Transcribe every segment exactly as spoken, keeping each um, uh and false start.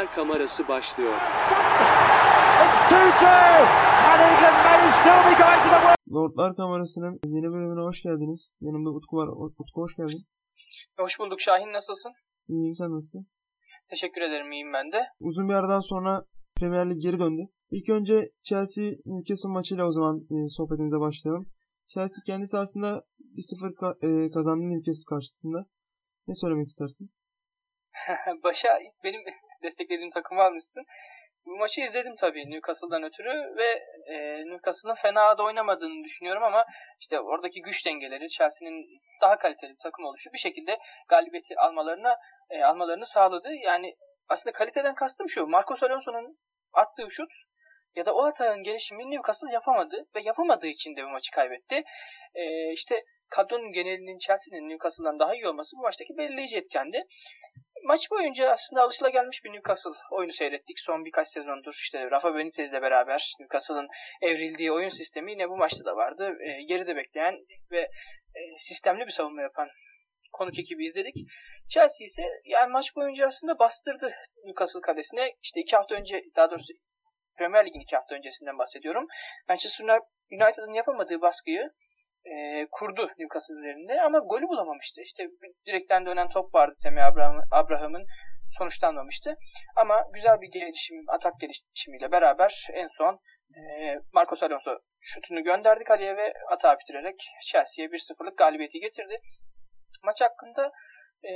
Lordlar kamerası başlıyor. Lordlar kamerasının yeni bölümüne hoş geldiniz. Yanımda Utku var. Utku hoş geldin. Hoş bulduk Şahin, nasılsın? İyiyim, sen nasılsın? Teşekkür ederim, iyiyim ben de. Uzun bir aradan sonra Premier Lig geri döndü. İlk önce Chelsea Newcastle maçıyla o zaman e, sohbetimize başlayalım. Chelsea kendisi aslında bir sıfır ka- e, kazandı Newcastle karşısında. Ne söylemek istersin? Başa benim desteklediğim takımı almışsın. Bu maçı izledim tabii Newcastle'dan ötürü ve e, Newcastle'ın fena da oynamadığını düşünüyorum ama işte oradaki güç dengeleri, Chelsea'nin daha kaliteli bir takım oluşu bir şekilde galibiyeti almalarına e, almalarını sağladı. Yani aslında kaliteden kastım şu: Marcos Alonso'nun attığı şut ya da o atağın gelişimini Newcastle yapamadı ve yapamadığı için de bu maçı kaybetti. E, işte kadronun genelinin Chelsea'nin Newcastle'dan daha iyi olması bu maçtaki belirleyici etkendi. Maç boyunca aslında alışılagelmiş bir Newcastle oyunu seyrettik. Son birkaç sezondur işte Rafa Benitez'le beraber Newcastle'ın evrildiği oyun sistemi yine bu maçta da vardı. E, geride bekleyen ve e, sistemli bir savunma yapan konuk ekibi izledik. Chelsea ise yani maç boyunca aslında bastırdı Newcastle kalesine. İşte iki hafta önce, daha doğrusu Premier Lig'in iki hafta öncesinden bahsediyorum. Manchester United'ın yapamadığı baskıyı E, kurdu Newcastle üzerinde ama golü bulamamıştı. İşte direkten dönen top vardı Tammy Abraham, Abraham'ın sonuçlanmamıştı. Ama güzel bir gelişim, atak gelişimiyle beraber en son e, Marcos Alonso şutunu gönderdi kaleye ve atağı bitirerek Chelsea'ye bir sıfırlık galibiyeti getirdi. Maç hakkında e,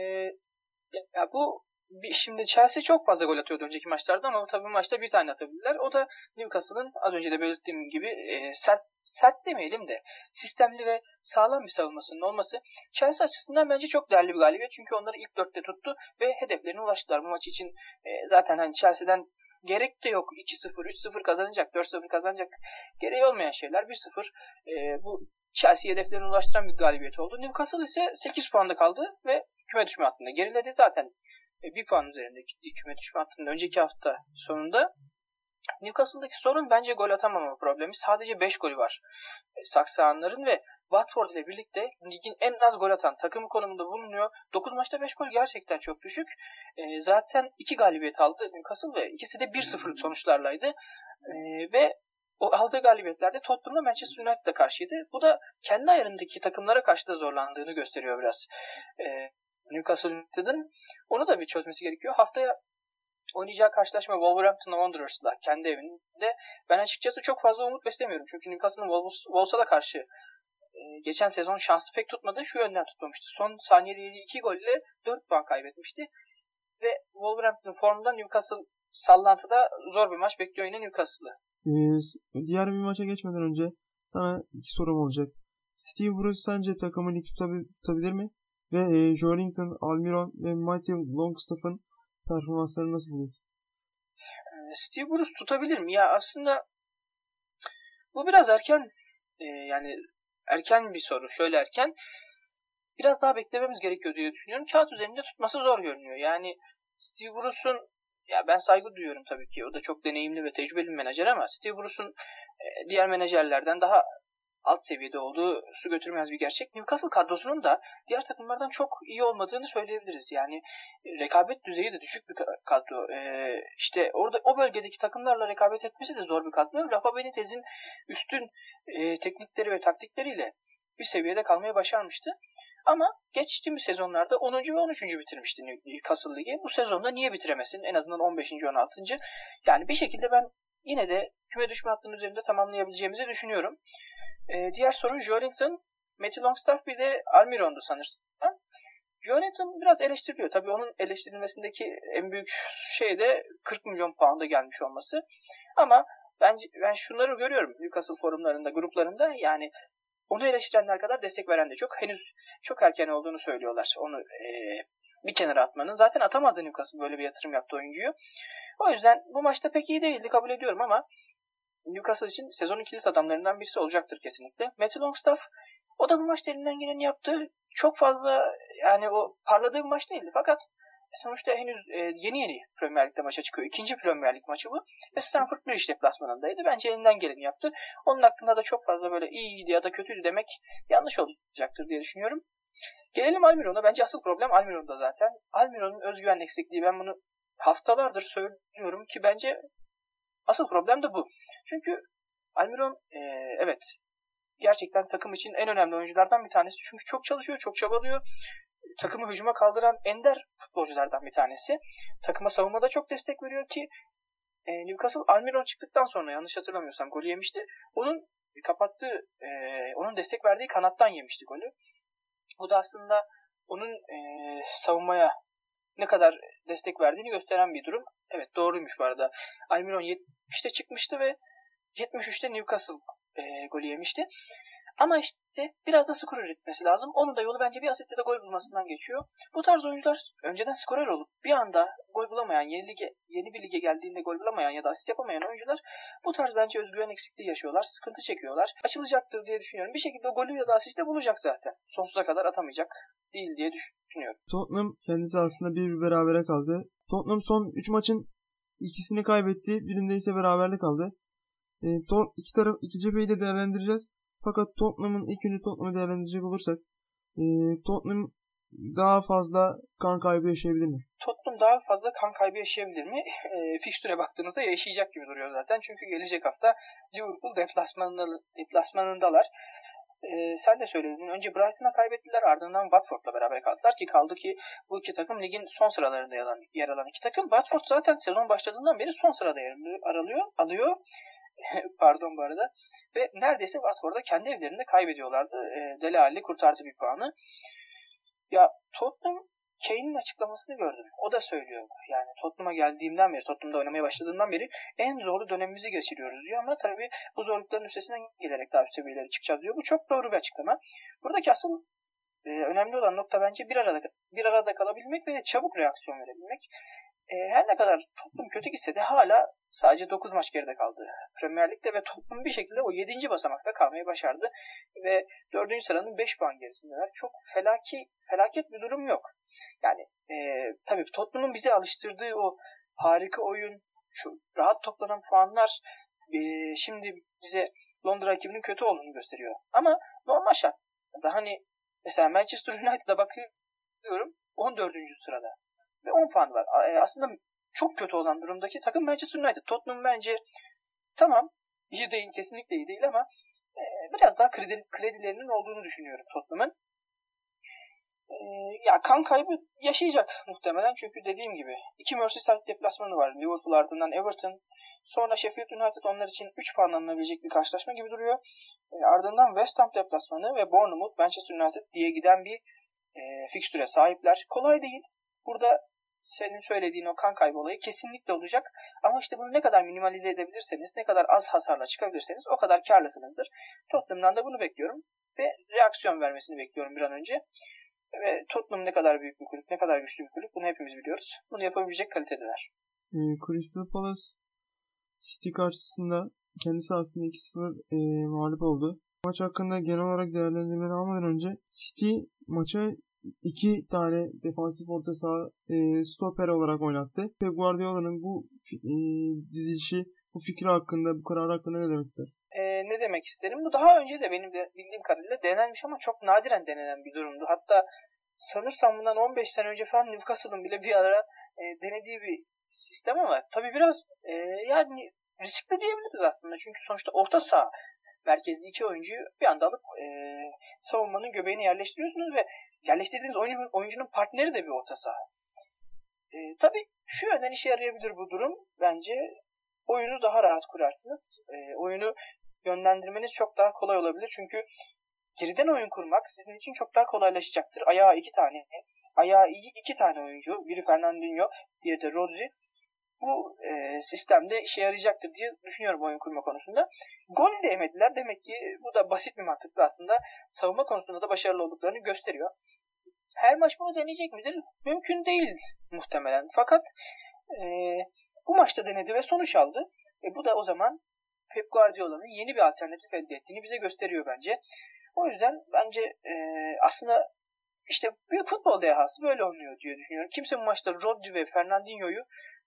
ya bu bir, şimdi Chelsea çok fazla gol atıyordu önceki maçlarda ama tabii bu maçta bir tane atabildiler. O da Newcastle'ın az önce de belirttiğim gibi e, sert sert demeyelim de sistemli ve sağlam bir savunmasının olması Chelsea açısından bence çok değerli bir galibiyet. Çünkü onları ilk dörtte tuttu ve hedeflerine ulaştılar. Bu maç için e, zaten hani Chelsea'den gerek de yok. iki sıfır, üç sıfır kazanacak, dört sıfır kazanacak. Gereği olmayan şeyler. bir sıfır e, bu Chelsea hedeflerine ulaştıran bir galibiyet oldu. Newcastle ise sekiz puanda kaldı ve küme düşme hattında geriledi. Zaten e, bir puan üzerindeki küme düşme hattında önceki hafta sonunda. Newcastle'daki sorun bence gol atamama problemi. Sadece beş golü var e, Saksağanların ve Watford ile birlikte ligin en az gol atan takımı konumunda bulunuyor. dokuz maçta beş gol gerçekten çok düşük. E, zaten iki galibiyet aldı Newcastle ve ikisi de bir sıfırlık sonuçlarlaydı. E, ve o aldığı galibiyetlerde Tottenham'la Manchester United'a karşıydı. Bu da kendi ayarındaki takımlara karşı da zorlandığını gösteriyor biraz. E, Newcastle United'ın onu da bir çözmesi gerekiyor. Haftaya oynayacağı karşılaşma Wolverhampton Wanderers'la kendi evinde. Ben açıkçası çok fazla umut beslemiyorum. Çünkü Newcastle'ın Wolves'a da karşı e, geçen sezon şansı pek tutmadı. Şu yönden tutmamıştı. Son saniyede yediği iki golle dört puan kaybetmişti. Ve Wolverhampton formunda Newcastle sallantıda zor bir maç bekliyor yine Newcastle'ı. Ee, diğer bir maça geçmeden önce sana iki sorum olacak. Steve Bruce sence takımı lig tutabil- tutabilir mi? Ve e, Joelinton, Almiron ve Matthew Longstaff'ın performansları nasıl buluyorsun? Steve Bruce tutabilir mi? Ya aslında bu biraz erken e, yani erken bir soru. Şöyle erken. Biraz daha beklememiz gerekiyor diye düşünüyorum. Kağıt üzerinde tutması zor görünüyor. Yani Steve Bruce'un, ya ben saygı duyuyorum tabii ki. O da çok deneyimli ve tecrübeli bir menajer ama Steve Bruce'un e, diğer menajerlerden daha alt seviyede olduğu su götürmez bir gerçek. Newcastle kadrosunun da diğer takımlardan çok iyi olmadığını söyleyebiliriz. Yani e, rekabet düzeyi de düşük bir kadro. E, işte orada o bölgedeki takımlarla rekabet etmesi de zor bir kadro. Rafa Benitez'in üstün e, teknikleri ve taktikleriyle bir seviyede kalmayı başarmıştı. Ama geçtiğimiz sezonlarda onuncu ve on üçüncü bitirmişti Newcastle Ligi. Bu sezonda niye bitiremesin? En azından on beşinci on altıncı Yani bir şekilde ben yine de küme düşme hattının üzerinde tamamlayabileceğimizi düşünüyorum. Ee, diğer sorun Joelinton, Matthew Longstaff bir de Almiron'du sanırsam. Joelinton biraz eleştiriliyor. Tabii onun eleştirilmesindeki en büyük şey de kırk milyon pound'a gelmiş olması. Ama ben, ben şunları görüyorum Newcastle forumlarında, gruplarında. Yani onu eleştirenler kadar destek veren de çok. Henüz çok erken olduğunu söylüyorlar. Onu e, bir kenara atmanın. Zaten atamadı Newcastle böyle bir yatırım yaptı oyuncuyu. O yüzden bu maçta pek iyi değildi, kabul ediyorum ama Newcastle için sezonun kilit adamlarından birisi olacaktır kesinlikle. Matthew Longstaff, o da bu maçta elinden geleni yaptı. Çok fazla yani o parladığı bir maç değildi fakat sonuçta henüz e, yeni yeni Premier Lig'de maça çıkıyor. İkinci Premier Lig maçı bu. Ve Stamford Bridge deplasmanındaydı. Bence elinden geleni yaptı. Onun hakkında da çok fazla böyle iyiydi ya da kötüydü demek yanlış olacaktır diye düşünüyorum. Gelelim Almiron'a. Bence asıl problem Almiron'da zaten. Almiron'un özgüven eksikliği. Ben bunu haftalardır söylüyorum ki bence asıl problem de bu. Çünkü Almiron e, evet gerçekten takım için en önemli oyunculardan bir tanesi. Çünkü çok çalışıyor, çok çabalıyor. Takımı hücuma kaldıran ender futbolculardan bir tanesi. Takıma savunmada çok destek veriyor ki e, Newcastle Almiron çıktıktan sonra yanlış hatırlamıyorsam golü yemişti. Onun kapattığı, e, onun destek verdiği kanattan yemişti golü. Bu da aslında onun e, savunmaya ne kadar destek verdiğini gösteren bir durum. Evet doğruymuş bu arada. Almiron yetmişte çıkmıştı ve yetmiş üçte Newcastle e, golü yemişti. Ama işte biraz da skor üretmesi lazım. Onun da yolu bence bir asette de gol bulmasından geçiyor. Bu tarz oyuncular önceden skorer olup bir anda gol bulamayan, yeni, lige, yeni bir lige geldiğinde gol bulamayan ya da asist yapamayan oyuncular bu tarz bence özgüven eksikliği yaşıyorlar. Sıkıntı çekiyorlar. Açılacaktır diye düşünüyorum. Bir şekilde o golü ya da asisti bulacak zaten. Sonsuza kadar atamayacak değil diye düşünüyorum. Tottenham kendisi aslında bir bir berabere kaldı. Tottenham son üç maçın ikisini kaybetti. Birinde ise beraberlik aldı. E, to- iki taraf iki cepheyi de değerlendireceğiz. Fakat Tottenham'ın ilk önce Tottenham'ı değerlendirecek olursak e, Tottenham daha fazla kan kaybı yaşayabilir mi? Tottenham daha fazla kan kaybı yaşayabilir mi? E, fikstüre baktığınızda yaşayacak gibi duruyor zaten. Çünkü gelecek hafta Liverpool deplasmanında, deplasmanındalar. E, sen de söyledin. Önce Brighton'a kaybettiler. Ardından Watford'la beraber kaldılar ki kaldı ki bu iki takım ligin son sıralarında yer alan iki takım. Watford zaten sezon başladığından beri son sırada yer alıyor. alıyor. Pardon bu arada. Ve neredeyse Watford'da kendi evlerinde kaybediyorlardı. E, Dele Alli kurtardı bir puanı. Ya Tottenham Kane'in açıklamasını gördüm. O da söylüyor. Yani Tottenham'a geldiğimden beri, Tottenham'da oynamaya başladığından beri en zorlu dönemimizi geçiriyoruz diyor. Ama tabii bu zorlukların üstesinden gelerek daha üst seviyelere çıkacağız diyor. Bu çok doğru bir açıklama. Buradaki asıl e, önemli olan nokta bence bir arada bir arada kalabilmek ve çabuk reaksiyon verebilmek. E, her ne kadar Tottenham kötü gitse de hala sadece dokuz maç geride kaldı Premier Lig'de ve Tottenham bir şekilde o yedinci basamakta kalmayı başardı. Ve dördüncü sıranın beş puan gerisindeler. Çok felaki, felaket bir durum yok. Yani e, tabii Tottenham'ın bize alıştırdığı o harika oyun, şu rahat toplanan puanlar e, şimdi bize Londra rakibinin kötü olduğunu gösteriyor. Ama normal şartlarda hani mesela Manchester United'a bakıyorum on dördüncü sırada ve on puan var. E, aslında çok kötü olan durumdaki takım Manchester United. Tottenham bence tamam iyi değil, kesinlikle iyi değil ama e, biraz daha kredi, kredilerinin olduğunu düşünüyorum Tottenham'ın. E, ya kan kaybı yaşayacak muhtemelen çünkü dediğim gibi iki Merseyside deplasmanı var. Liverpool ardından Everton. Sonra Sheffield United onlar için üç puan alınabilecek bir karşılaşma gibi duruyor. E, ardından West Ham deplasmanı ve Bournemouth, Manchester United diye giden bir e, fikstüre sahipler. Kolay değil. Burada senin söylediğin o kan kaybı olayı kesinlikle olacak. Ama işte bunu ne kadar minimalize edebilirseniz, ne kadar az hasarla çıkabilirseniz o kadar karlısınızdır. Tottenham'dan da bunu bekliyorum. Ve reaksiyon vermesini bekliyorum bir an önce. Ve Tottenham ne kadar büyük bir kulüp, ne kadar güçlü bir kulüp bunu hepimiz biliyoruz. Bunu yapabilecek kalitedeler. E, Crystal Palace City karşısında kendisi aslında iki sıfır e, mağlup oldu. Maç hakkında genel olarak değerlendirmeni almadan önce City maça iki tane defansif orta saha e, stoper olarak oynattı. Pep Guardiola'nın bu e, dizilişi, bu fikri hakkında, bu karar hakkında ne demek istersin? E, ne demek isterim? Bu daha önce de benim de bildiğim kadarıyla denenmiş ama çok nadiren denenen bir durumdu. Hatta sanırsam bundan on beş sene önce falan Newcastle'ın bile bir ara e, denediği bir sistem ama tabii biraz e, yani riskli diyebiliriz aslında. Çünkü sonuçta orta saha merkezli iki oyuncuyu bir anda alıp e, savunmanın göbeğine yerleştiriyorsunuz ve yerleştirdiğiniz oyuncunun, oyuncunun partneri de bir orta saha. E, tabii şu yönden işe yarayabilir bu durum. Bence oyunu daha rahat kurarsınız. E, oyunu yönlendirmeniz çok daha kolay olabilir. Çünkü geriden oyun kurmak sizin için çok daha kolaylaşacaktır. Ayağı iki tane, ayağı iyi iki tane oyuncu. Biri Fernandinho, diğeri de Rodri. Bu e, sistemde işe yarayacaktır diye düşünüyorum oyun kurma konusunda. Gol de yemediler. Demek ki bu da basit bir mantıkla aslında savunma konusunda da başarılı olduklarını gösteriyor. Her maç bunu deneyecek midir? Mümkün değil muhtemelen. Fakat e, bu maçta denedi ve sonuç aldı. E, bu da o zaman Pep Guardiola'nın yeni bir alternatif elde ettiğini bize gösteriyor bence. O yüzden bence e, aslında işte büyük futbol dehası böyle oynuyor diye düşünüyorum. Kimse bu maçta Rodri ve Fernandinho'yu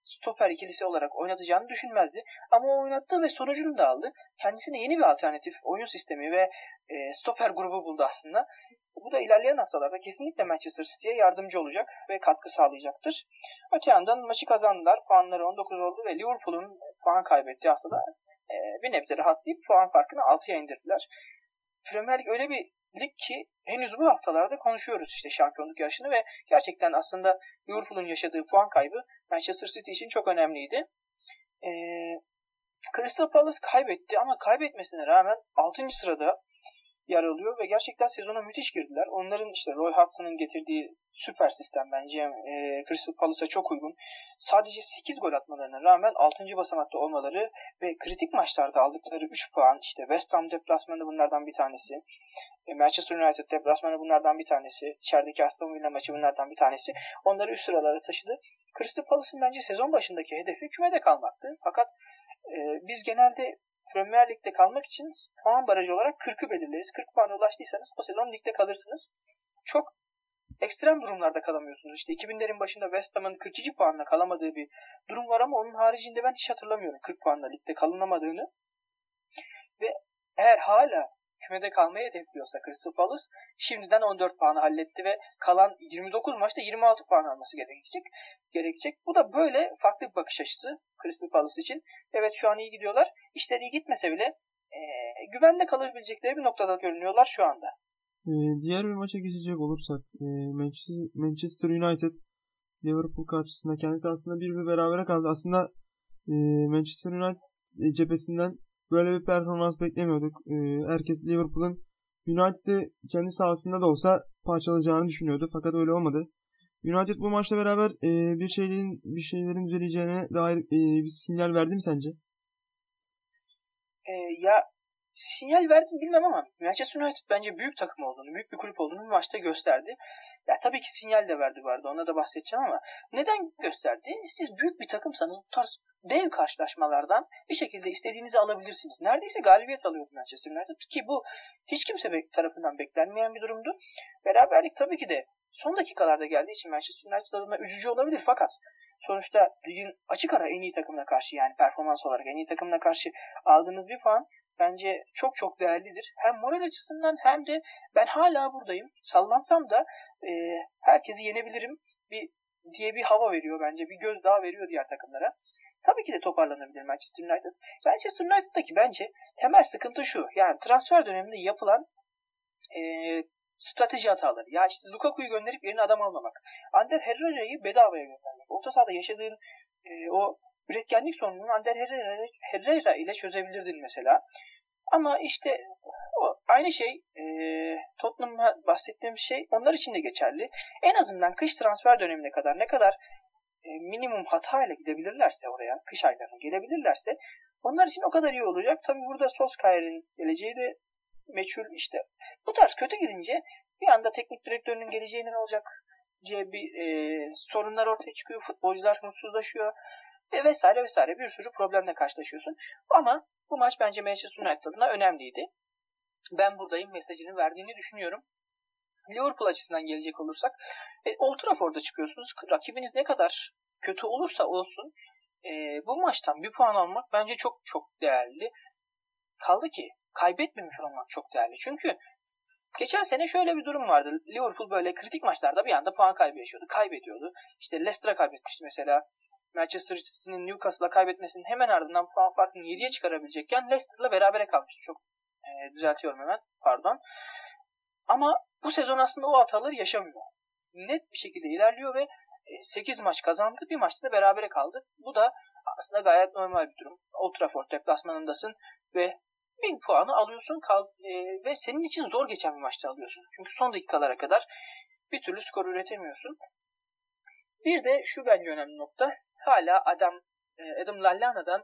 stoper ikilisi olarak oynatacağını düşünmezdi. Ama o oynattı ve sonucunu da aldı. Kendisine yeni bir alternatif oyun sistemi ve e, stoper grubu buldu aslında. Bu da ilerleyen haftalarda kesinlikle Manchester City'ye yardımcı olacak ve katkı sağlayacaktır. Öte yandan maçı kazandılar. Puanları on dokuz oldu ve Liverpool'un puan kaybettiği haftada e, bir nebze rahatlayıp puan farkını altıya indirdiler. Premier Lig öyle bir lig ki henüz bu haftalarda konuşuyoruz işte şampiyonluk yarışını ve gerçekten aslında Liverpool'un yaşadığı puan kaybı Manchester City için çok önemliydi. E, Crystal Palace kaybetti ama kaybetmesine rağmen altıncı sırada yer alıyor ve gerçekten sezona müthiş girdiler. Onların işte Roy Hodgson'ın getirdiği süper sistem bence e, Crystal Palace'a çok uygun. Sadece sekiz gol atmalarına rağmen altıncı basamakta olmaları ve kritik maçlarda aldıkları üç puan, işte West Ham deplasmanı bunlardan bir tanesi, e, Manchester United deplasmanı bunlardan bir tanesi, içerideki Aston Villa maçı bunlardan bir tanesi, onları üst sıralara taşıdı. Crystal Palace'ın bence sezon başındaki hedefi kümede kalmaktı. Fakat e, biz genelde Premier Lig'de kalmak için puan barajı olarak kırkı belirleriz. kırk puana ulaştıysanız o sezon ligde kalırsınız. Çok ekstrem durumlarda kalamıyorsunuz. İşte iki binlerin başında West Ham'ın kırk iki puanla kalamadığı bir durum var ama onun haricinde ben hiç hatırlamıyorum kırk puanla ligde kalınamadığını. Ve eğer hala kümede kalmayı hedefliyorsa Crystal Palace şimdiden on dört puanı halletti ve kalan yirmi dokuz maçta yirmi altı puan alması gerekecek. gerekecek. Bu da böyle farklı bir bakış açısı Crystal Palace için. Evet şu an iyi gidiyorlar. İşleri iyi gitmese bile e, güvende kalabilecekleri bir noktada görünüyorlar şu anda. Ee, diğer bir maça geçecek olursak e, Manchester United Liverpool karşısında kendisi aslında bir bir berabere kaldı. Aslında e, Manchester United cephesinden böyle bir performans beklemiyorduk. E, herkes Liverpool'un United'ı kendi sahasında da olsa parçalayacağını düşünüyordu. Fakat öyle olmadı. United bu maçla beraber e, bir şeylerin bir şeylerin düzeleceğine dair e, bir sinyal verdi mi sence? E, ya sinyal verdi bilmem ama Manchester United bence büyük takım olduğunu, büyük bir kulüp olduğunu bu maçta gösterdi. Ya tabii ki sinyal de verdi vardı. Ona da bahsedeceğim ama neden gösterdi? Siz büyük bir takımsanız bu tarz dev karşılaşmalardan bir şekilde istediğinizi alabilirsiniz. Neredeyse galibiyet alıyordu Manchester United ki bu hiç kimse tarafından beklenmeyen bir durumdu. Beraberlik tabii ki de son dakikalarda geldiği için Manchester United adına üzücü olabilir fakat sonuçta ligin açık ara en iyi takımına karşı yani performans olarak en iyi takımına karşı aldığınız bir puan bence çok çok değerlidir. Hem moral açısından hem de ben hala buradayım. Sallansam da e, herkesi yenebilirim bir diye bir hava veriyor bence. Bir göz daha veriyor diğer takımlara. Tabii ki de toparlanabilir Manchester United. Manchester United'daki bence temel sıkıntı şu. Yani transfer döneminde yapılan e, strateji hataları. Ya işte Lukaku'yu gönderip yerine adam almamak. Ander Herrera'yı bedavaya göndermek. Orta sahada yaşadığın e, o üretkenlik sorununu Ander Herrera, Herrera ile çözebilirdin mesela. Ama işte o aynı şey e, Tottenham'a bahsettiğim şey onlar için de geçerli. En azından kış transfer dönemine kadar ne kadar e, minimum hatayla gidebilirlerse oraya, kış aylarına gelebilirlerse onlar için o kadar iyi olacak. Tabii burada Solskjaer'in geleceği de meçhul işte. Bu tarz kötü gidince bir anda teknik direktörünün geleceği ne olacak diye bir e, sorunlar ortaya çıkıyor. Futbolcular mutsuzlaşıyor. Ve vesaire vesaire bir sürü problemle karşılaşıyorsun. Ama bu maç bence Manchester United adına önemliydi. Ben buradayım mesajını verdiğini düşünüyorum. Liverpool açısından gelecek olursak e, Old Trafford'da çıkıyorsunuz. Rakibiniz ne kadar kötü olursa olsun e, bu maçtan bir puan almak bence çok çok değerli. Kaldı ki kaybetmemiş olmak çok değerli. Çünkü geçen sene şöyle bir durum vardı. Liverpool böyle kritik maçlarda bir anda puan kaybı yaşıyordu. Kaybediyordu. İşte Leicester'a kaybetmişti mesela. Manchester City'nin Newcastle'a kaybetmesinin hemen ardından puan farkını yediye çıkarabilecekken Leicester'la berabere kalmıştı. Çok e, düzeltiyorum hemen. Pardon. Ama bu sezon aslında o hataları yaşamıyor. Net bir şekilde ilerliyor ve e, sekiz maç kazandı. Bir maçta da berabere kaldı. Bu da aslında gayet normal bir durum. Old Trafford deplasmanındasın ve bir puanı alıyorsun kal e, ve senin için zor geçen bir maçta alıyorsun. Çünkü son dakikalara kadar bir türlü skor üretemiyorsun. Bir de şu bence önemli nokta. Hala Adam Adam Lallana'dan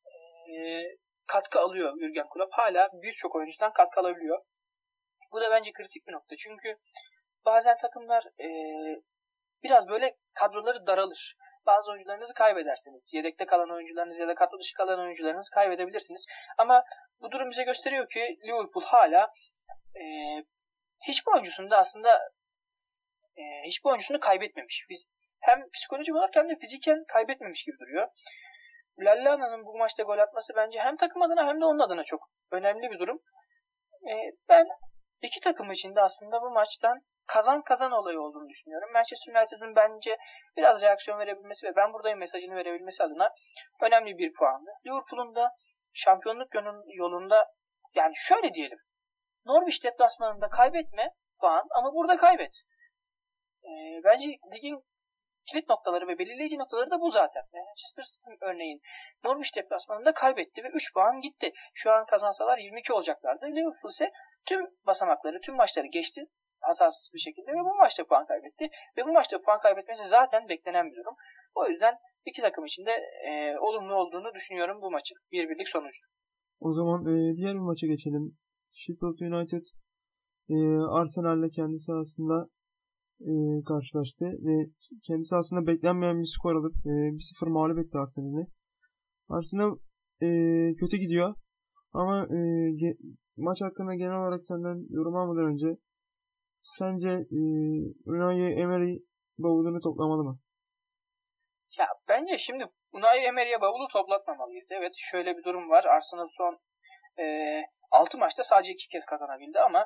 e, katkı alıyor Jürgen Klopp. Hala birçok oyuncudan katkı alabiliyor. Bu da bence kritik bir nokta. Çünkü bazen takımlar e, biraz böyle kadroları daralır. Bazı oyuncularınızı kaybedersiniz. Yedekte kalan oyuncularınız ya da kadro dışı kalan oyuncularınızı kaybedebilirsiniz. Ama bu durum bize gösteriyor ki Liverpool hala e, hiçbir oyuncusunu da aslında e, hiçbir oyuncusunu kaybetmemiş. Biz hem psikolojik olarak hem de fiziken kaybetmemiş gibi duruyor. Lallana'nın bu maçta gol atması bence hem takım adına hem de onun adına çok önemli bir durum. E, ben iki takım için de aslında bu maçtan kazan kazan olayı olduğunu düşünüyorum. Manchester United'ın bence biraz reaksiyon verebilmesi ve ben buradayım mesajını verebilmesi adına önemli bir puandı. Liverpool'un da şampiyonluk yolunda, yani şöyle diyelim, Norwich deplasmanında kaybetme puan ama burada kaybet. E, bence ligin kilit noktaları ve belirleyici noktaları da bu zaten. Manchester örneğin Norwich deplasmanında kaybetti ve üç puan gitti. Şu an kazansalar yirmi iki olacaklardı. Liverpool ise tüm basamakları, tüm maçları geçti hatasız bir şekilde ve bu maçta puan kaybetti. Ve bu maçta puan kaybetmesi zaten beklenen bir durum. O yüzden iki takım için de e, olumlu olduğunu düşünüyorum bu maçın. Bir birlik sonucu. O zaman e, diğer bir maça geçelim. Sheffield United e, Arsenal'le kendi sahasında e, karşılaştı ve kendisi aslında beklenmeyen bir skor alıp e, bir sıfır mağlup etti Arsenal'i. Arsenal e, kötü gidiyor ama e, ge- maç hakkında genel olarak senden yorum almadan önce sence e, Unai Emery bavulunu toplamalı mı? Ya bence şimdi Unai Emery'e bavulu toplatmamalıyız. Evet, şöyle bir durum var. Arsenal son e, altı maçta sadece iki kez kazanabildi ama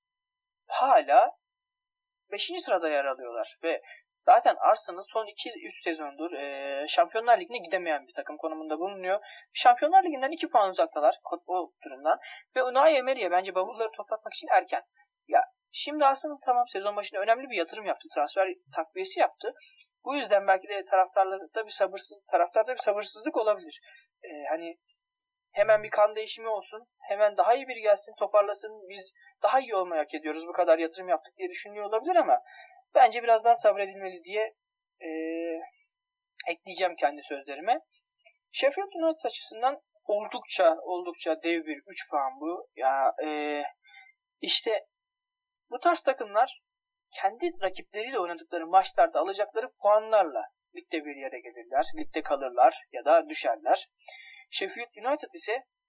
hala beşinci sırada yer alıyorlar ve zaten Arsenal son iki üç sezondur e, Şampiyonlar Ligi'ne gidemeyen bir takım konumunda bulunuyor. Şampiyonlar Ligi'nden iki puan uzaktalar o durumdan ve Unai Emery'e bence bavulları toplatmak için erken. Ya şimdi Arsenal tamam sezon başında önemli bir yatırım yaptı. Transfer takviyesi yaptı. Bu yüzden belki de taraftarlarda bir sabırsız taraftarda bir sabırsızlık olabilir. E, hani hemen bir kan değişimi olsun, hemen daha iyi biri gelsin, toparlasın, biz daha iyi olmayı hak ediyoruz, bu kadar yatırım yaptık diye düşünüyor olabilir ama bence biraz daha sabredilmeli diye e, ekleyeceğim kendi sözlerime. Sheffield United açısından oldukça oldukça dev bir üç puan bu. Ya e, işte bu tarz takımlar kendi rakipleriyle oynadıkları maçlarda alacakları puanlarla ligde bir yere gelirler, ligde kalırlar ya da düşerler. Sheffield United ise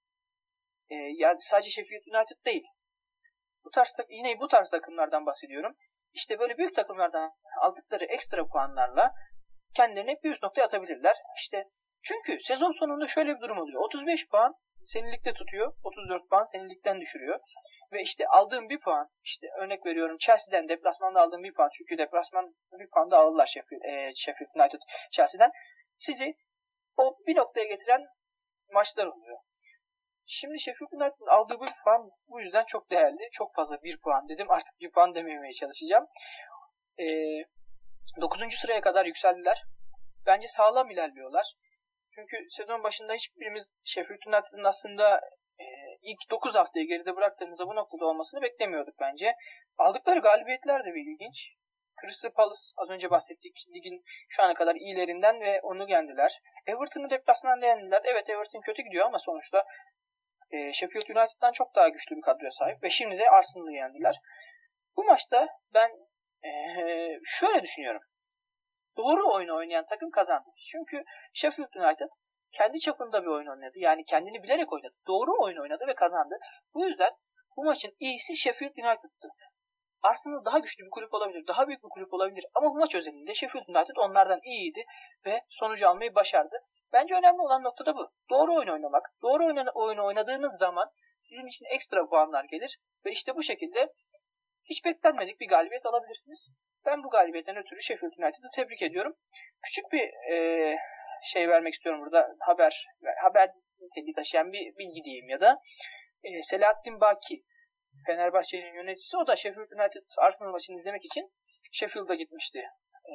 e, yani sadece Sheffield United değil. Bu tarz yine bu tarz takımlardan bahsediyorum. İşte böyle büyük takımlardan aldıkları ekstra puanlarla kendilerini bir üst noktaya atabilirler. İşte çünkü sezon sonunda şöyle bir durum oluyor. otuz beş puan seni ligde tutuyor. otuz dört puan seni ligden düşürüyor. Ve işte aldığım bir puan, işte örnek veriyorum Chelsea'den deplasmanda aldığım bir puan. Çünkü deplasman bir puan da alırlar Sheffield, e, Sheffield United Chelsea'den. Sizi o bir noktaya getiren maçlar oluyor. Şimdi Sheffield United'ın aldığı bir puan bu yüzden çok değerli. Çok fazla bir puan dedim. Artık bir puan dememeye çalışacağım. Ee, dokuzuncu sıraya kadar yükseldiler. Bence sağlam ilerliyorlar. Çünkü sezon başında hiçbirimiz Sheffield United'ın aslında e, ilk dokuz haftayı geride bıraktığımızda bu noktada olmasını beklemiyorduk bence. Aldıkları galibiyetler de bir ilginç. Crystal Palace az önce bahsettik. Ligin şu ana kadar iyilerinden ve onu yendiler. Everton'u deplasmanda yendiler. Evet, Everton kötü gidiyor ama sonuçta e, Sheffield United'dan çok daha güçlü bir kadroya sahip ve şimdi de Arsenal'ı yendiler. Bu maçta ben e, şöyle düşünüyorum. Doğru oyunu oynayan takım kazandı. Çünkü Sheffield United kendi çapında bir oyun oynadı. Yani kendini bilerek oynadı. Doğru oyun oynadı ve kazandı. Bu yüzden bu maçın iyisi Sheffield United'tı. Arsenal daha güçlü bir kulüp olabilir, daha büyük bir kulüp olabilir ama bu maç özelinde Sheffield United onlardan iyiydi ve sonucu almayı başardı. Bence önemli olan nokta da bu. Doğru oyun oynamak. Doğru oyunu oynadığınız zaman sizin için ekstra puanlar gelir ve işte bu şekilde hiç beklenmedik bir galibiyet alabilirsiniz. Ben bu galibiyetten ötürü Sheffield United'ı tebrik ediyorum. Küçük bir e, şey vermek istiyorum burada. Haber haber niteliği taşıyan bir bilgi diyeyim ya da e, Selahattin Baki, Fenerbahçe'nin yöneticisi, o da Sheffield United Arsenal maçını izlemek için Sheffield'a gitmişti. E,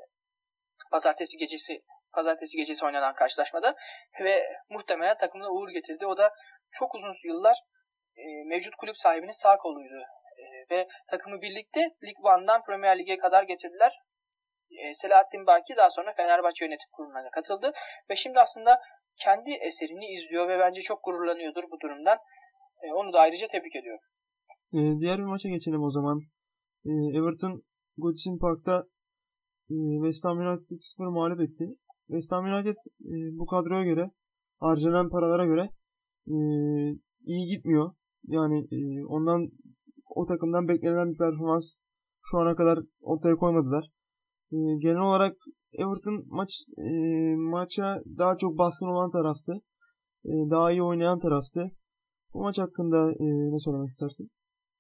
pazartesi gecesi pazartesi gecesi oynanan karşılaşmada ve muhtemelen takımına uğur getirdi. O da çok uzun yıllar e, mevcut kulüp sahibinin sağ koluydu. E, ve takımı birlikte Lig One'dan Premier Lig'e kadar getirdiler. E, Selahattin Baki daha sonra Fenerbahçe yönetim kuruluna katıldı ve şimdi aslında kendi eserini izliyor ve bence çok gururlanıyordur bu durumdan. E, onu da ayrıca tebrik ediyorum. Ee, diğer bir maça geçelim o zaman. Ee, Everton Goodison Park'ta e, West Ham United'ı iki sıfır mağlup etti. West Ham United e, bu kadroya göre, harcanan paralara göre e, iyi gitmiyor. Yani e, ondan o takımdan beklenen bir performans şu ana kadar ortaya koymadılar. E, genel olarak Everton maç e, maça daha çok baskın olan taraftı. E, daha iyi oynayan taraftı. Bu maç hakkında e, ne söylemek istersin?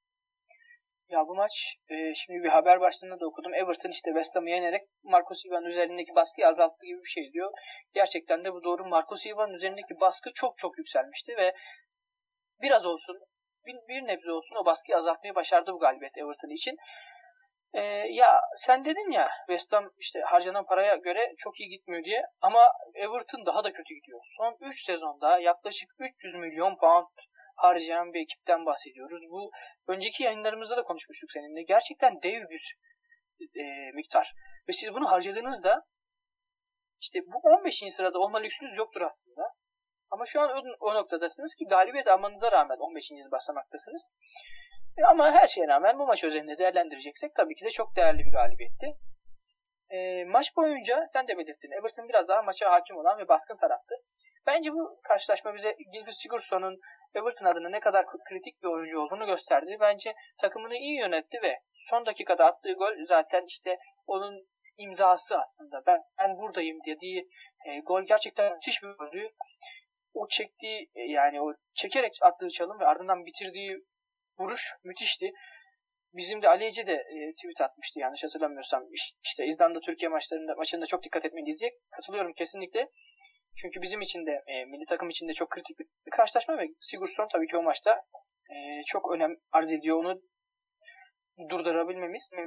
Ya bu maç e, şimdi bir haber başlığında da okudum. Everton işte West Ham'ı yenerek Marco Silva'nın üzerindeki baskıyı azalttı gibi bir şey diyor. Gerçekten de bu doğru. Marco Silva'nın üzerindeki baskı çok çok yükselmişti ve biraz olsun, bir, bir nebze olsun o baskıyı azaltmayı başardı bu galibiyet Everton için. Ee, ya sen dedin ya West Ham işte harcanan paraya göre çok iyi gitmiyor diye ama Everton daha da kötü gidiyor. Son üç sezonda yaklaşık üç yüz milyon pound harcayan bir ekipten bahsediyoruz. Bu önceki yayınlarımızda da konuşmuştuk seninle. Gerçekten dev bir e, miktar. Ve siz bunu harcadığınızda işte bu on beşinci sırada olma lüksünüz yoktur aslında. Ama şu an o, o noktadasınız ki galibiyet almanıza rağmen on beşinci basamaktasınız. E ama her şeye rağmen bu maç özelinde değerlendireceksek tabii ki de çok değerli bir galibiyetti. E, maç boyunca sen de belirttin. Everton biraz daha maça hakim olan ve baskın taraftı. Bence bu karşılaşma bize Gylfi Sigurdsson'un Everton adına ne kadar kritik bir oyuncu olduğunu gösterdi. Bence takımını iyi yönetti ve son dakikada attığı gol zaten işte onun imzası aslında. Ben, ben buradayım dediği e, gol gerçekten müthiş bir goldü. O çektiği yani o çekerek attığı çalım ve ardından bitirdiği vuruş müthişti. Bizim de Ali Ece de e, tweet atmıştı yanlış hatırlamıyorsam. İşte İzlanda Türkiye maçlarında maçında çok dikkat etmeliyiz diye. Katılıyorum kesinlikle. Çünkü bizim için de e, milli takım için de çok kritik bir, bir karşılaşma ve Sigurdsson tabii ki o maçta e, çok önem arz ediyor. Onu durdurabilmemiz.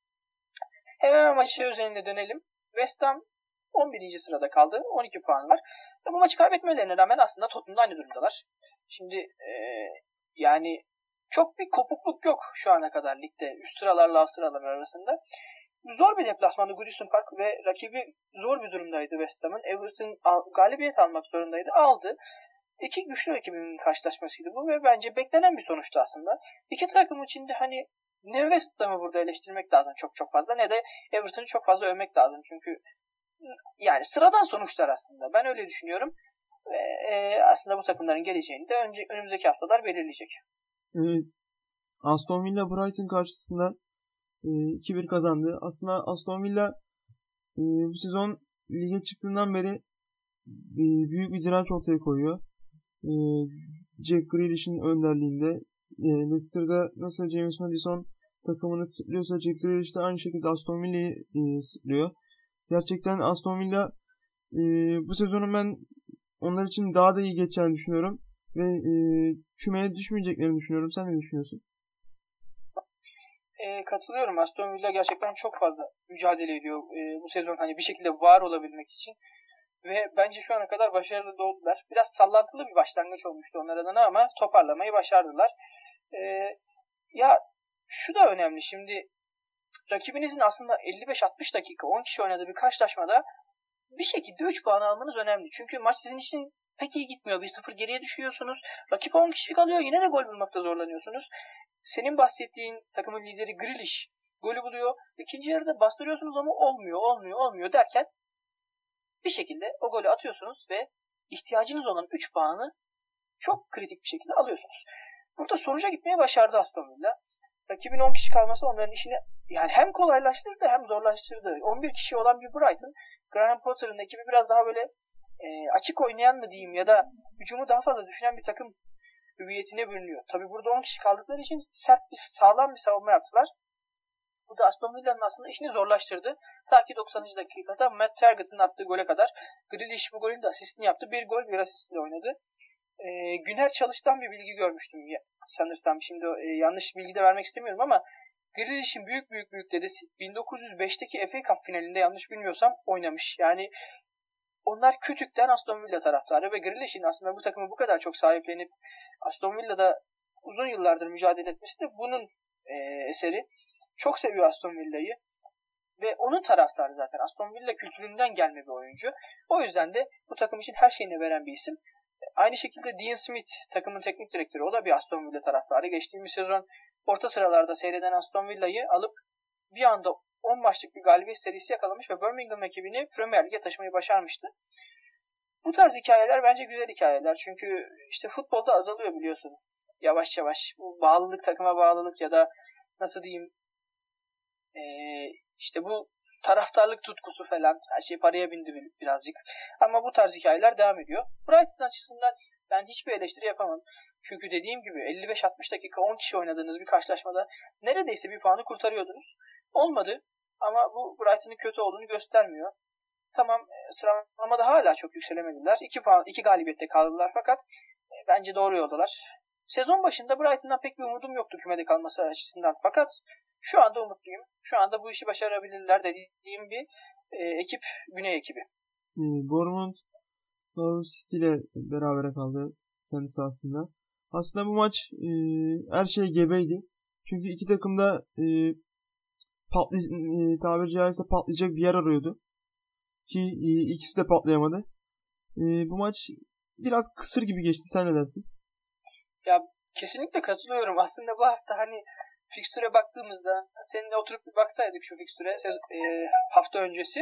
Hemen maçı üzerinde dönelim. West Ham on birinci sırada kaldı. on iki puan var. Bu maçı kaybetmelerine rağmen aslında Tottenham'da aynı durumdalar. Şimdi e, yani çok bir kopukluk yok şu ana kadar ligde. Üst sıralarla alt sıralar arasında. Zor bir deplasmandı Goodison Park ve rakibi zor bir durumdaydı West Ham'ın. Everton al, galibiyet almak zorundaydı. Aldı. İki güçlü ekibinin karşılaşmasıydı bu ve bence beklenen bir sonuçtu aslında. İki takım için de hani ne West Ham'ı burada eleştirmek lazım çok çok fazla ne de Everton'u çok fazla övmek lazım. Çünkü yani sıradan sonuçlar aslında. Ben öyle düşünüyorum. Ve e, aslında bu takımların geleceğini de önce, önümüzdeki haftalar belirleyecek. Evet. Aston Villa Brighton karşısında e, iki bir kazandı. Aslında Aston Villa e, bu sezon lige çıktığından beri e, büyük bir direnç ortaya koyuyor. E, Jack Grealish'in önderliğinde e, Leicester'da nasıl James Maddison takımını sırtlıyorsa Jack Grealish de aynı şekilde Aston Villa'yı e, sırtlıyor. Gerçekten Aston Villa e, bu sezonun ben onlar için daha da iyi geçeceğini düşünüyorum. Ve e, kümeye düşmeyeceklerini düşünüyorum. Sen ne düşünüyorsun? E, katılıyorum. Aston Villa gerçekten çok fazla mücadele ediyor e, bu sezon hani bir şekilde var olabilmek için. Ve bence şu ana kadar başarılı da oldular. Biraz sallantılı bir başlangıç olmuştu onlar adına ama toparlamayı başardılar. E, ya şu da önemli. Şimdi rakibinizin aslında elli beş altmış dakika on kişi oynadığı bir karşılaşmada bir şekilde üç puan almanız önemli. Çünkü maç sizin için pek iyi gitmiyor. bir sıfır geriye düşüyorsunuz. Rakip on kişi kalıyor. Yine de gol bulmakta zorlanıyorsunuz. Senin bahsettiğin takımın lideri Grealish golü buluyor. İkinci yarıda bastırıyorsunuz ama olmuyor, olmuyor, olmuyor derken bir şekilde o golü atıyorsunuz ve ihtiyacınız olan üç puanı çok kritik bir şekilde alıyorsunuz. Burada sonuca gitmeye başardı Aston Villa. Rakibin on kişi kalması onların işini yani hem kolaylaştırdı hem zorlaştırdı. on bir kişi olan bir Brighton, Graham Potter'ın ekibi biraz daha böyle e, açık oynayan mı diyeyim ya da hücumu daha fazla düşünen bir takım hüviyetine bürünüyor. Tabi burada on kişi kaldıkları için sert bir, sağlam bir savunma yaptılar. Bu da Aston Villa'nın aslında işini zorlaştırdı. Ta ki doksanıncı dakikada Matt Targett'ın attığı gole kadar Grealish bu golün de asistini yaptı. Bir gol bir asistiyle oynadı. E, Güner Çalış'tan bir bilgi görmüştüm ya, sanırsam. Şimdi e, yanlış bilgi de vermek istemiyorum ama Grealish'in büyük büyük büyük dedesi bin dokuz yüz beşteki F A Cup finalinde yanlış bilmiyorsam oynamış. Yani onlar kütükten Aston Villa taraftarı ve Grealish'in aslında bu takımı bu kadar çok sahiplenip Aston Villa'da uzun yıllardır mücadele etmesi de bunun e, eseri. Çok seviyor Aston Villa'yı ve onun taraftarı zaten. Aston Villa kültüründen gelme bir oyuncu. O yüzden de bu takım için her şeyini veren bir isim. Aynı şekilde Dean Smith takımın teknik direktörü. O da bir Aston Villa taraftarı. Geçtiğimiz sezon orta sıralarda seyreden Aston Villa'yı alıp bir anda on maçlık bir galibiyet serisi yakalamış ve Birmingham ekibini Premier Lig'e taşımayı başarmıştı. Bu tarz hikayeler bence güzel hikayeler. Çünkü işte futbolda azalıyor biliyorsun. Yavaş yavaş. Bu bağlılık, takıma bağlılık ya da nasıl diyeyim ee, işte bu taraftarlık tutkusu falan, her şey paraya bindi birazcık. Ama bu tarz hikayeler devam ediyor. Brighton açısından ben hiçbir eleştiri yapamam. Çünkü dediğim gibi elli beş altmış dakika on kişi oynadığınız bir karşılaşmada neredeyse bir puanı kurtarıyordunuz. Olmadı ama bu Brighton'ın kötü olduğunu göstermiyor. Tamam, sıralamada hala çok yükselemediler. iki puan, iki galibiyette kaldılar fakat e, bence doğru yoldalar. Sezon başında Brighton'dan pek bir umudum yoktu kümede kalması açısından. Fakat şu anda umutluyum. Şu anda bu işi başarabilirler dediğim bir e, ekip, Güney ekibi. E, Bournemouth Norwich City ile berabere kaldı kendi sahasında. Aslında bu maç e, her şey gebeydi. Çünkü iki takım da e, patlı, e, tabiri caizse patlayacak bir yer arıyordu. Ki e, ikisi de patlayamadı. E, bu maç biraz kısır gibi geçti. Sen ne dersin? Ya kesinlikle katılıyorum. Aslında bu hafta hani fikstüre baktığımızda seninle oturup bir baksaydık şu fikstüre e, hafta öncesi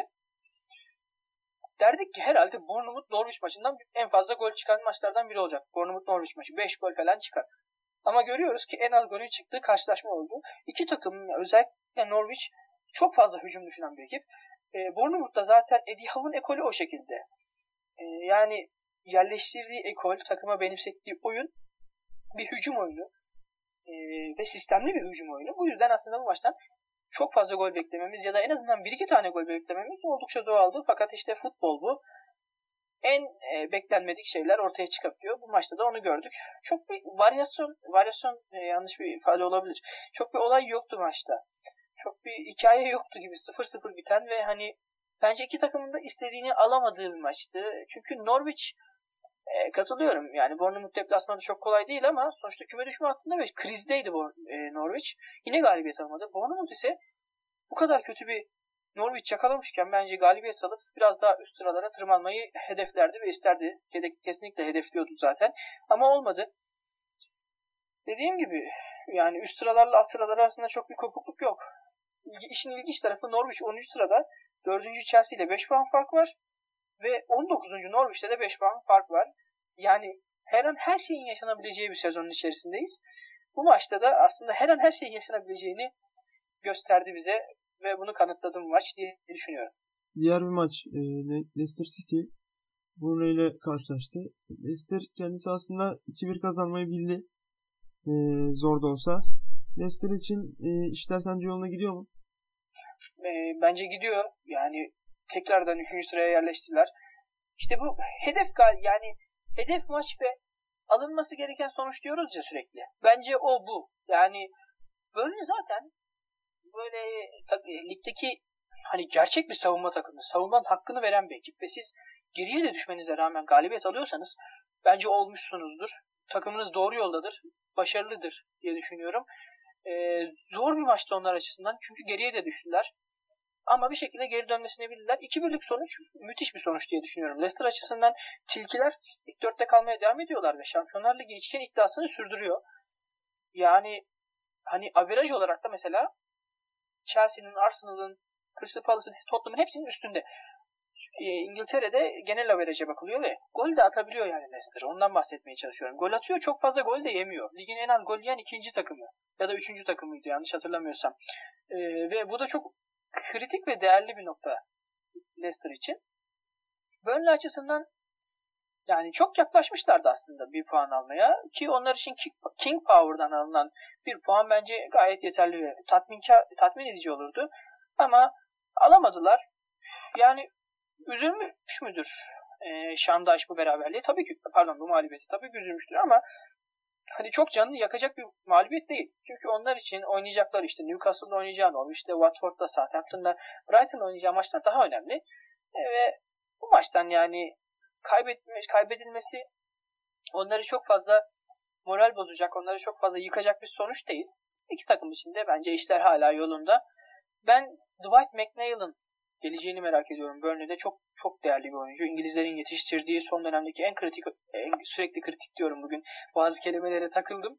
derdik ki herhalde Bournemouth Norwich maçından en fazla gol çıkan maçlardan biri olacak. Bournemouth Norwich maçı beş gol falan çıkar. Ama görüyoruz ki en az golün çıktığı karşılaşma oldu. İki takım, özellikle Norwich çok fazla hücum düşünen bir ekip. E, Bournemouth'ta zaten Eddie Howe'ın ekolü o şekilde. E, yani yerleştirdiği ekol, takıma benimsettiği oyun bir hücum oyunu e, ve sistemli bir hücum oyunu. Bu yüzden aslında bu maçtan çok fazla gol beklememiz ya da en azından bir iki tane gol beklememiz oldukça doğaldı. Fakat işte futbol bu. En e, beklenmedik şeyler ortaya çıkabiliyor. Bu maçta da onu gördük. Çok bir varyasyon, varyasyon e, yanlış bir ifade olabilir. Çok bir olay yoktu maçta. Çok bir hikaye yoktu gibi sıfır sıfır biten ve hani bence iki takımın da istediğini alamadığı bir maçtı. Çünkü Norwich e, katılıyorum. Yani Bournemouth deplasmanı çok kolay değil ama sonuçta küme düşme hattında ve krizdeydi bu e, Norwich. Yine galibiyet almadı. Bournemouth ise bu kadar kötü bir Norwich yakalamışken bence galibiyet alıp biraz daha üst sıralara tırmanmayı hedeflerdi ve isterdi. Kesinlikle hedefliyordu zaten. Ama olmadı. Dediğim gibi yani üst sıralarla alt sıralar arasında çok bir kopukluk yok. İşin ilginç tarafı Norwich onuncu sırada, dördüncü Chelsea ile beş puan fark var ve on dokuzuncu Norwich'te de beş puan fark var. Yani her an her şeyin yaşanabileceği bir sezonun içerisindeyiz. Bu maçta da aslında her an her şeyin yaşanabileceğini gösterdi bize ve bunu kanıtladı maç diye düşünüyorum. Diğer bir maç e, Leicester City Burnley ile karşılaştı. Leicester kendisi aslında iki bir kazanmayı bildi. E, zor da olsa. Leicester için e, işler sence yoluna gidiyor mu? E, bence gidiyor. Yani tekrardan üçüncü sıraya yerleştiler. İşte bu hedef gal yani hedef maç ve alınması gereken sonuç diyoruz ya sürekli. Bence o bu. Yani böyle zaten böyle tabii ligdeki hani gerçek bir savunma takımı, savunmanın hakkını veren bir ekip ve siz geriye de düşmenize rağmen galibiyet alıyorsanız bence olmuşsunuzdur. Takımınız doğru yoldadır, başarılıdır diye düşünüyorum. Ee, zor bir maçtı onlar açısından çünkü geriye de düştüler. Ama bir şekilde geri dönmesini bildiler. iki birlik sonuç müthiş bir sonuç diye düşünüyorum. Leicester açısından tilkiler ilk dörtte kalmaya devam ediyorlar ve Şampiyonlar Ligi için iddiasını sürdürüyor. Yani hani averaj olarak da mesela Chelsea'nin, Arsenal'ın, Crystal Palace'ın, Tottenham'ın hepsinin üstünde. İngiltere'de genel average'e bakılıyor ve gol de atabiliyor yani Leicester. Ondan bahsetmeye çalışıyorum. Gol atıyor, çok fazla gol de yemiyor. Ligin en az gol yiyen ikinci takımı ya da üçüncü takımıydı yanlış hatırlamıyorsam. Ee, ve bu da çok kritik ve değerli bir nokta Leicester için. Burnley açısından yani çok yaklaşmışlardı aslında bir puan almaya ki onlar için King Power'dan alınan bir puan bence gayet yeterli ve tatmin, tatmin edici olurdu. Ama alamadılar. Yani üzülmüş müdür e, Şandaş bu beraberliği? Tabii ki, pardon bu mağlubiyeti tabii ki üzülmüştür ama hani çok canını yakacak bir mağlubiyet değil. Çünkü onlar için oynayacaklar işte Newcastle'da oynayacağı olur. İşte Watford'da, Southampton'da, Brighton'da oynayacağı maçlar daha önemli. E, ve bu maçtan yani kaybetmiş, kaybedilmesi onları çok fazla moral bozacak, onları çok fazla yıkacak bir sonuç değil. İki takım için de bence işler hala yolunda. Ben Dwight McNeil'ın geleceğini merak ediyorum. Burnley'de çok çok değerli bir oyuncu. İngilizlerin yetiştirdiği son dönemdeki en kritik, en, sürekli kritik diyorum bugün. Bazı kelimelere takıldım.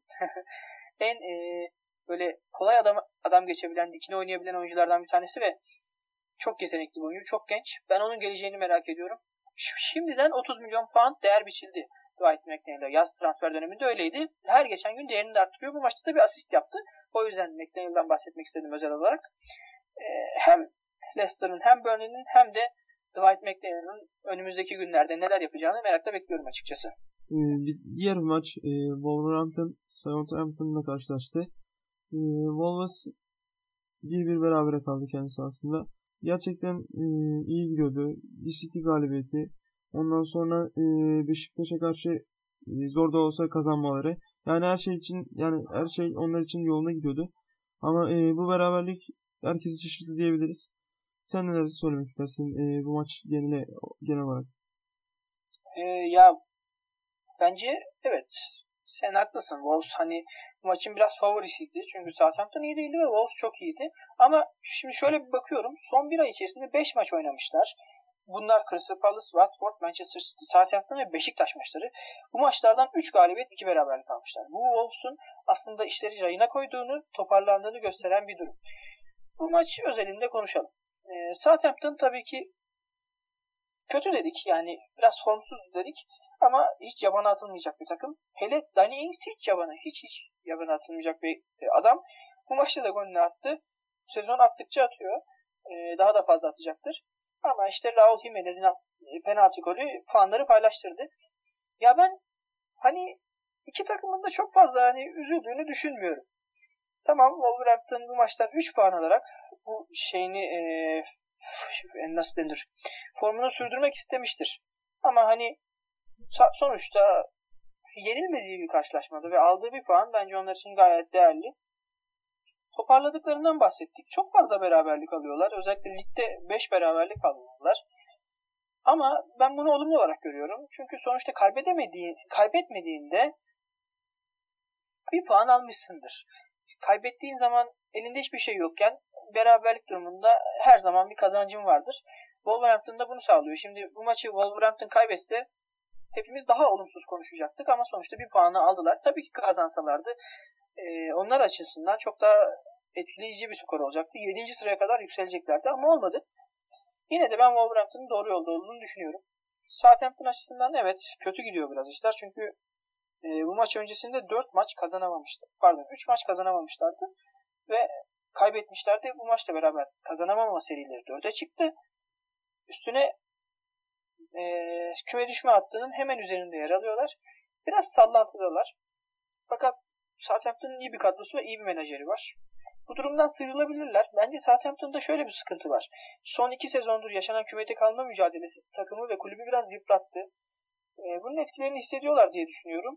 en e, böyle kolay adam adam geçebilen, dikine oynayabilen oyunculardan bir tanesi ve çok yetenekli bir oyuncu, çok genç. Ben onun geleceğini merak ediyorum. Şimdiden otuz milyon pound değer biçildi Dwight McNeil'e. Yaz transfer döneminde öyleydi. Her geçen gün değerini de arttırıyor. Bu maçta da bir asist yaptı. O yüzden McNeil'den bahsetmek istedim özel olarak. Ee, hem Leicester'ın hem Burnley'nin hem de Dwight McNeil'in önümüzdeki günlerde neler yapacağını merakla bekliyorum açıkçası. Ee, diğer bir maç e, Wolverhampton Southampton'la karşılaştı. E, Wolves bir bir berabere kaldı kendisi aslında. Gerçekten e, iyi gidiyordu. Bir City galibiyeti. Ondan sonra e, Beşiktaş'a karşı e, zor da olsa kazanmaları. Yani her şey için yani her şey onlar için yoluna gidiyordu. Ama e, bu beraberlik herkesi şaşırttı diyebiliriz. Sen neler söylemek istersin e, bu maç genel, genel olarak? Ee, ya bence evet. Sen haklısın. Wolves hani maçın biraz favorisiydi. Çünkü Southampton iyi değildi ve Wolves çok iyiydi. Ama şimdi şöyle bir bakıyorum. Son bir ay içerisinde beş maç oynamışlar. Bunlar Crystal Palace, Watford, Manchester City, Southampton ve Beşiktaş maçları. Bu maçlardan üç galibiyet, iki beraberlik almışlar. Bu Wolves'un aslında işleri rayına koyduğunu, toparlandığını gösteren bir durum. Bu maç özelinde konuşalım. Ee, Southampton tabii ki kötü dedik. Yani biraz formsuz dedik. Ama hiç yabana atılmayacak bir takım. Hele Danny Ings hiç yabana, hiç hiç yabana atılmayacak bir adam. Bu maçta da golünü attı. Sezon attıkça atıyor. Ee, daha da fazla atacaktır. Ama işte Raul Jimenez'in penaltı golü puanları paylaştırdı. Ya ben hani iki takımın da çok fazla hani üzüldüğünü düşünmüyorum. Tamam, Wolverhampton bu maçtan üç puan alarak bu şeyini ee, nasıl denir? Formunu sürdürmek istemiştir. Ama hani sonuçta yenilmediği bir karşılaşmada ve aldığı bir puan bence onlar için gayet değerli. Toparladıklarından bahsettik. Çok fazla beraberlik alıyorlar. Özellikle ligde beş beraberlik alıyorlar. Ama ben bunu olumlu olarak görüyorum. Çünkü sonuçta kaybedemediğin, kaybetmediğinde bir puan almışsındır. Kaybettiğin zaman elinde hiçbir şey yokken beraberlik durumunda her zaman bir kazancın vardır. Wolverhampton da bunu sağlıyor. Şimdi bu maçı Wolverhampton kaybetse hepimiz daha olumsuz konuşacaktık ama sonuçta bir puanı aldılar. Tabii ki kazansalardı e, onlar açısından çok daha etkileyici bir skor olacaktı. yedinci sıraya kadar yükseleceklerdi ama olmadı. Yine de ben Wolverhampton'ın doğru yolda olduğunu düşünüyorum. Southampton açısından evet kötü gidiyor biraz işler. Çünkü e, bu maç öncesinde dört maç kazanamamıştı. Pardon üç maç kazanamamışlardı. Ve kaybetmişlerdi. Bu maçla beraber kazanamama serileri dörde çıktı. Üstüne e, küme düşme hattının hemen üzerinde yer alıyorlar. Biraz sallantıdalar. Fakat Southampton'ın iyi bir kadrosu ve iyi bir menajeri var. Bu durumdan sıyrılabilirler. Bence Southampton'da şöyle bir sıkıntı var. Son iki sezondur yaşanan kümede kalma mücadelesi takımı ve kulübü biraz yıprattı. E, bunun etkilerini hissediyorlar diye düşünüyorum.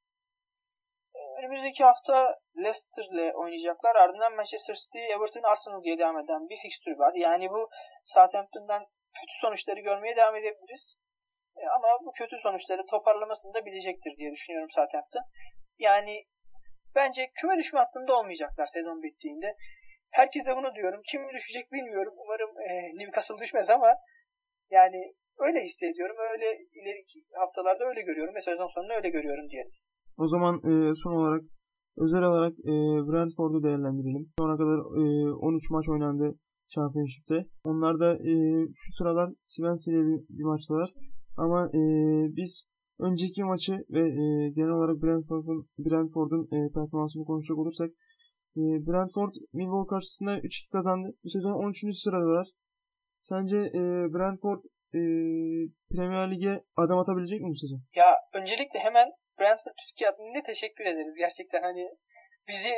E, önümüzdeki hafta Leicester'le oynayacaklar. Ardından Manchester City, Everton, Arsenal diye devam eden bir fikstür var. Yani bu Southampton'dan kötü sonuçları görmeye devam edebiliriz. E, ama bu kötü sonuçları toparlamasını da bilecektir diye düşünüyorum Southampton. Yani bence küme düşme hattında olmayacaklar sezon bittiğinde. Herkese bunu diyorum. Kim düşecek bilmiyorum. Umarım e, Newcastle düşmez ama yani öyle hissediyorum. Öyle ileriki haftalarda öyle görüyorum ve sezon sonunda öyle görüyorum diyelim. O zaman e, son olarak özel olarak e, Brentford'u değerlendirelim. Şu ana kadar e, on üç maç oynandı Championship'te. Onlar da e, şu sıralar Swansea ile bir, bir maçtalar. Ama e, biz önceki maçı ve e, genel olarak Brentford'un Brentford'un e, performansını konuşacak olursak e, Brentford Millwall karşısında üç iki kazandı. Bu sezon on üçüncü sıradalar. Sence e, Brentford e, Premier Lig'e adım atabilecek mi bu sezon? Ya öncelikle hemen Brentford Türkiye adına teşekkür ederiz. Gerçekten hani bizi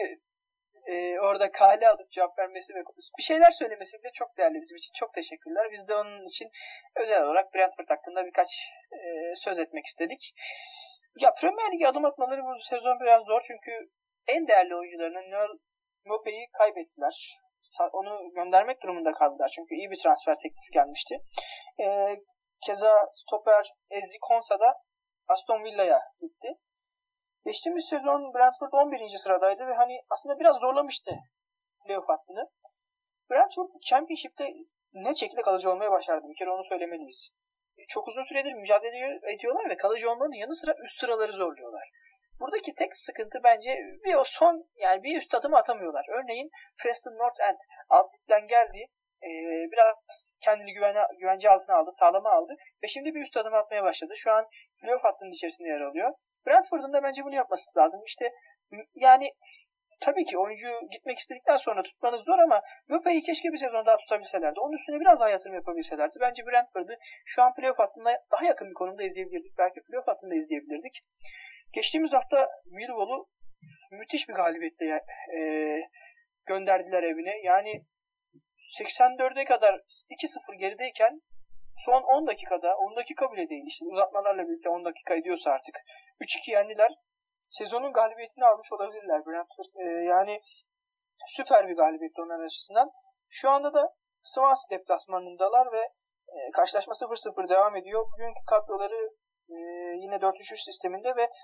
e, orada kale alıp cevap vermesi ve bir şeyler söylemesi de çok değerli bizim için. Çok teşekkürler. Biz de onun için özel olarak Brentford hakkında birkaç e, söz etmek istedik. Ya Premier Lig'e adım atmaları bu sezon biraz zor çünkü en değerli oyuncularını Noel Mope'yi kaybettiler. Onu göndermek durumunda kaldılar çünkü iyi bir transfer teklifi gelmişti. E, keza stoper Ezri Konsa da Aston Villa'ya gitti. Geçtiğimiz sezon Brentford on birinci sıradaydı ve hani aslında biraz zorlamıştı playoff hattını. Brentford Championship'te net şekilde kalıcı olmaya başardı. Bir kere onu söylemeliyiz. Çok uzun süredir mücadele ediyorlar ve kalıcı olmanın yanı sıra üst sıraları zorluyorlar. Buradaki tek sıkıntı bence bir o son yani bir üst adım atamıyorlar. Örneğin Preston North End alt ligden geldi. Ee, biraz kendini güvene, güvence altına aldı, sağlama aldı ve şimdi bir üst adım atmaya başladı. Şu an playoff hattının içerisinde yer alıyor. Brentford'un da bence bunu yapması lazım. İşte yani tabii ki oyuncu gitmek istedikten sonra tutmanız zor ama Möpe'yi keşke bir sezon daha tutabilselerdi. Onun üstüne biraz daha yatırım yapabilselerdi. Bence Brentford'u şu an playoff hattında daha yakın bir konumda izleyebilirdik. Belki playoff hattında izleyebilirdik. Geçtiğimiz hafta Millwall'u müthiş bir galibiyetle e, gönderdiler evine. Yani seksen dörde kadar iki sıfır gerideyken son on dakikada, on dakika bile değil işte uzatmalarla birlikte on dakika ediyorsa artık üç iki yendiler. Sezonun galibiyetini almış olabilirler Brentford. Ee, yani süper bir galibiyet onların açısından. Şu anda da Swansea deplasmanındalar ve e, karşılaşma sıfır sıfır devam ediyor. Bugünkü kadroları e, yine dört üç üç sisteminde ve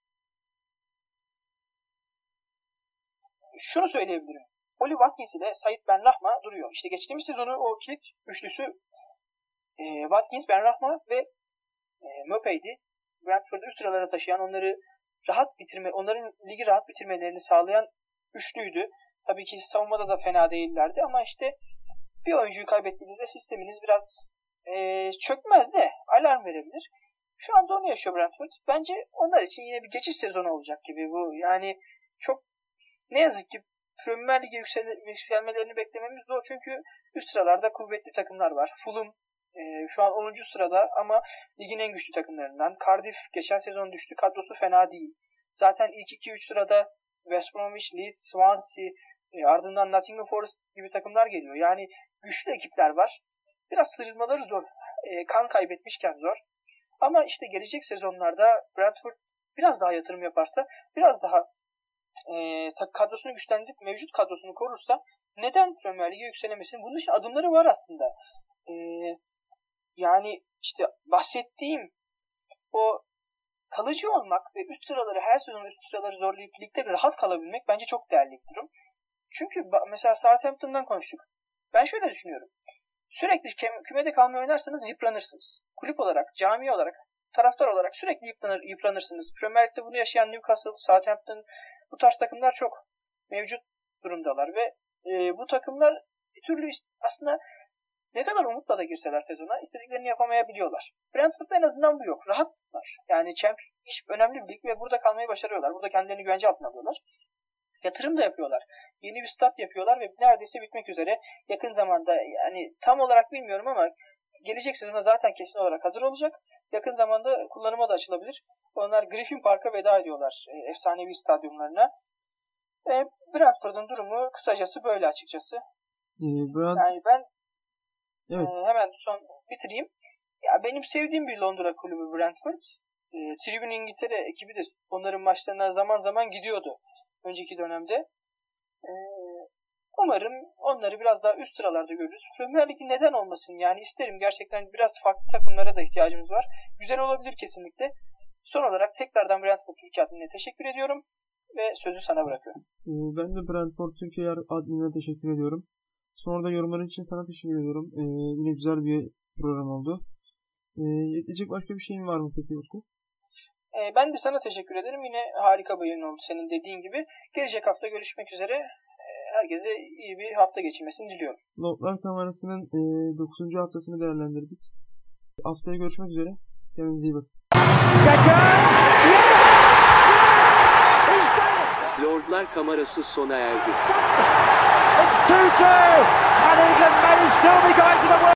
şunu söyleyebilirim. Oli Watkins ile Sait Benrahma duruyor. İşte geçtiğimiz sezonu o kilit üçlüsü e, Watkins, Benrahma ve e, Möpe'ydi. Brentford'u üst sıralara taşıyan, onları rahat bitirme, onların ligi rahat bitirmelerini sağlayan üçlüydü. Tabii ki savunmada da fena değillerdi ama işte bir oyuncuyu kaybettiğinizde sisteminiz biraz e, çökmez de alarm verebilir. Şu anda onu yaşıyor Brentford. Bence onlar için yine bir geçiş sezonu olacak gibi bu. Yani çok ne yazık ki Premier Lig'e yükselmelerini beklememiz zor. Çünkü üst sıralarda kuvvetli takımlar var. Fulham e, şu an onuncu sırada ama ligin en güçlü takımlarından. Cardiff geçen sezon düştü. Kadrosu fena değil. Zaten ilk iki üç sırada West Bromwich, Leeds, Swansea, e, ardından Nottingham Forest gibi takımlar geliyor. Yani güçlü ekipler var. Biraz sıyrılmaları zor. E, kan kaybetmişken zor. Ama işte gelecek sezonlarda Brentford biraz daha yatırım yaparsa, biraz daha e, kadrosunu güçlendirip mevcut kadrosunu korursa neden Premier Lig'e yükselemesin? Bunun için adımları var aslında. E, yani işte bahsettiğim o kalıcı olmak ve üst sıraları her sezon üst sıraları zorlayıp ligde rahat kalabilmek bence çok değerli bir durum. Çünkü mesela Southampton'dan konuştuk. Ben şöyle düşünüyorum. Sürekli kümede kalmayı oynarsanız yıpranırsınız. Kulüp olarak, cami olarak, taraftar olarak sürekli yıpranır, yıpranırsınız. Premier Lig'de bunu yaşayan Newcastle, Southampton, bu tarz takımlar çok mevcut durumdalar ve e, bu takımlar bir türlü aslında ne kadar umutla da girseler sezona istediklerini yapamayabiliyorlar. Brentford'da en azından bu yok. Rahatlar. Yani Championship önemli bir lig ve burada kalmayı başarıyorlar. Burada kendilerini güvence altına alıyorlar. Yatırım da yapıyorlar. Yeni bir stat yapıyorlar ve neredeyse bitmek üzere. Yakın zamanda yani tam olarak bilmiyorum ama gelecek sezona zaten kesin olarak hazır olacak. Yakın zamanda kullanıma da açılabilir. Onlar Griffin Park'a veda ediyorlar. E, efsanevi stadyumlarına. E, Brentford'un durumu kısacası böyle açıkçası. Ee, Brent... Yani ben evet. e, hemen son bitireyim. Ya benim sevdiğim bir Londra kulübü Brentford. E, Tribune İngiltere ekibi de onların maçlarına zaman zaman gidiyordu. Önceki dönemde. Ee, umarım onları biraz daha üst sıralarda görürüz. Premier Lig'in neden olmasın? Yani isterim gerçekten biraz farklı takımlara da ihtiyacımız var. Güzel olabilir kesinlikle. Son olarak tekrardan Brentford Türkiye adminine teşekkür ediyorum ve sözü sana bırakıyorum. Ee, ben de Brentford Türkiye adminine teşekkür ediyorum. Sonra da yorumların için sana teşekkür ediyorum. Ee, yine güzel bir program oldu. Ee, ekleyecek başka bir şeyin var mı peki Utku? Ben de sana teşekkür ederim. Yine harika bir yayın oldu senin dediğin gibi. Gelecek hafta görüşmek üzere. Herkese iyi bir hafta geçirmesini diliyorum. Lordlar Kamerası'nın e, dokuzuncu haftasını değerlendirdik. Haftaya görüşmek üzere. Kendinize iyi bakın. Lordlar Kamerası sona erdi. It's two two and England may still be going to the